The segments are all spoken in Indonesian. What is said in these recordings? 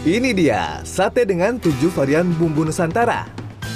Ini dia, sate dengan 7 varian bumbu Nusantara.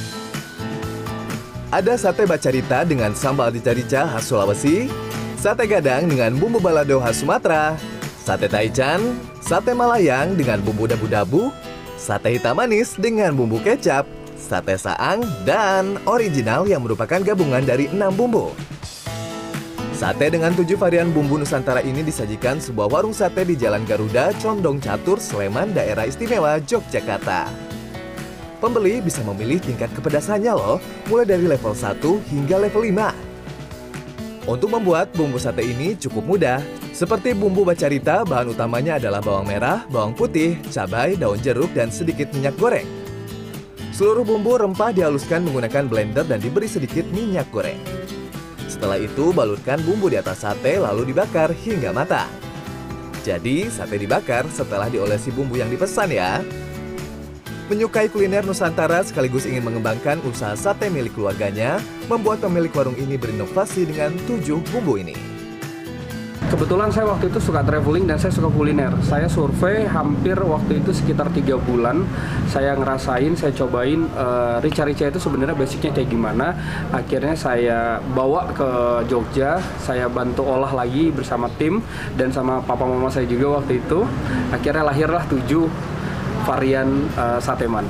Ada sate bacarita dengan sambal rica-rica khas Sulawesi, sate gadang dengan bumbu balado khas Sumatera, sate taichan, sate malayang dengan bumbu dabu-dabu, sate hitam manis dengan bumbu kecap, sate saang, dan original yang merupakan gabungan dari 6 bumbu. Sate dengan 7 varian bumbu Nusantara ini disajikan sebuah warung sate di Jalan Garuda, Condong Catur, Sleman, Daerah Istimewa, Yogyakarta. Pembeli bisa memilih tingkat kepedasannya loh, mulai dari level 1 hingga level 5. Untuk membuat bumbu sate ini cukup mudah. Seperti bumbu bacarita, bahan utamanya adalah bawang merah, bawang putih, cabai, daun jeruk, dan sedikit minyak goreng. Seluruh bumbu rempah dihaluskan menggunakan blender dan diberi sedikit minyak goreng. Setelah itu, balurkan bumbu di atas sate lalu dibakar hingga matang. Jadi, sate dibakar setelah diolesi bumbu yang dipesan ya. Menyukai kuliner Nusantara sekaligus ingin mengembangkan usaha sate milik keluarganya, membuat pemilik warung ini berinovasi dengan 7 bumbu ini. Kebetulan saya waktu itu suka traveling dan saya suka kuliner. Saya survei hampir waktu itu sekitar 3 bulan. Saya ngerasain, saya cobain rica-rica itu sebenarnya basicnya kayak gimana. Akhirnya saya bawa ke Jogja, saya bantu olah lagi bersama tim dan sama papa mama saya juga waktu itu. Akhirnya lahirlah 7 varian sateman.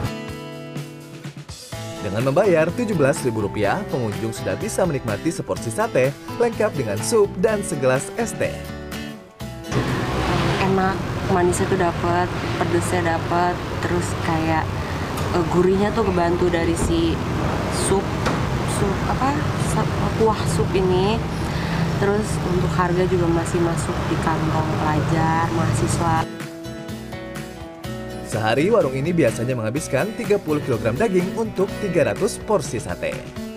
Dengan membayar Rp17.000, pengunjung sudah bisa menikmati seporsi sate lengkap dengan sup dan segelas es teh. Enak, manisnya tuh dapat, pedesnya dapat, terus kayak gurihnya tuh kebantu dari si kuah sup ini. Terus untuk harga juga masih masuk di kantong pelajar, mahasiswa. Sehari warung ini biasanya menghabiskan 30 kg daging untuk 300 porsi sate.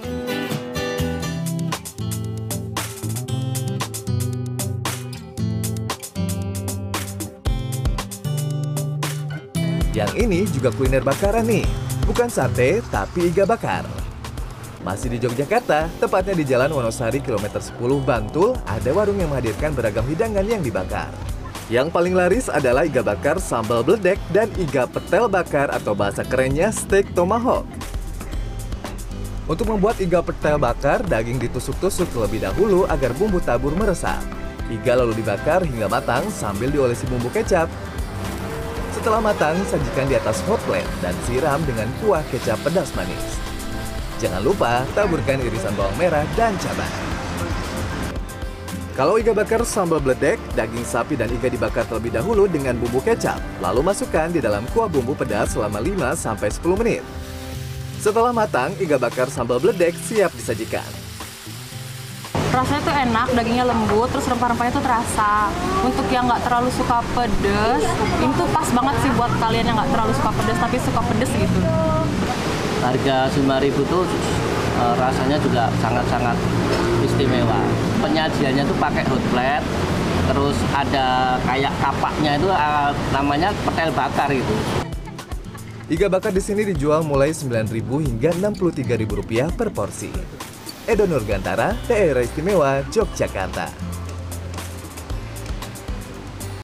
Yang ini juga kuliner bakaran nih, bukan sate tapi iga bakar. Masih di Yogyakarta, tepatnya di Jalan Wonosari kilometer 10 Bantul, ada warung yang menghadirkan beragam hidangan yang dibakar. Yang paling laris adalah iga bakar sambal bledek dan iga petel bakar atau bahasa kerennya steak tomahawk. Untuk membuat iga petel bakar, daging ditusuk-tusuk terlebih dahulu agar bumbu tabur meresap. Iga lalu dibakar hingga matang sambil diolesi bumbu kecap. Setelah matang, sajikan di atas hot plate dan siram dengan kuah kecap pedas manis. Jangan lupa taburkan irisan bawang merah dan cabai. Kalau iga bakar sambal bledek, daging sapi dan iga dibakar terlebih dahulu dengan bumbu kecap, lalu masukkan di dalam kuah bumbu pedas selama 5-10 menit. Setelah matang, iga bakar sambal bledek siap disajikan. Rasanya tuh enak, dagingnya lembut, terus rempah-rempahnya tuh terasa. Untuk yang nggak terlalu suka pedes, ini tuh pas banget sih buat kalian yang nggak terlalu suka pedes tapi suka pedes gitu. Harga 5.000 tuh rasanya juga sangat-sangat istimewa. Penyajiannya tuh pakai hot plate, terus ada kayak kapaknya itu namanya petel bakar itu. Iga bakar di sini dijual mulai Rp9.000 hingga Rp63.000 per porsi. Edo Nurgantara, Daerah Istimewa, Yogyakarta.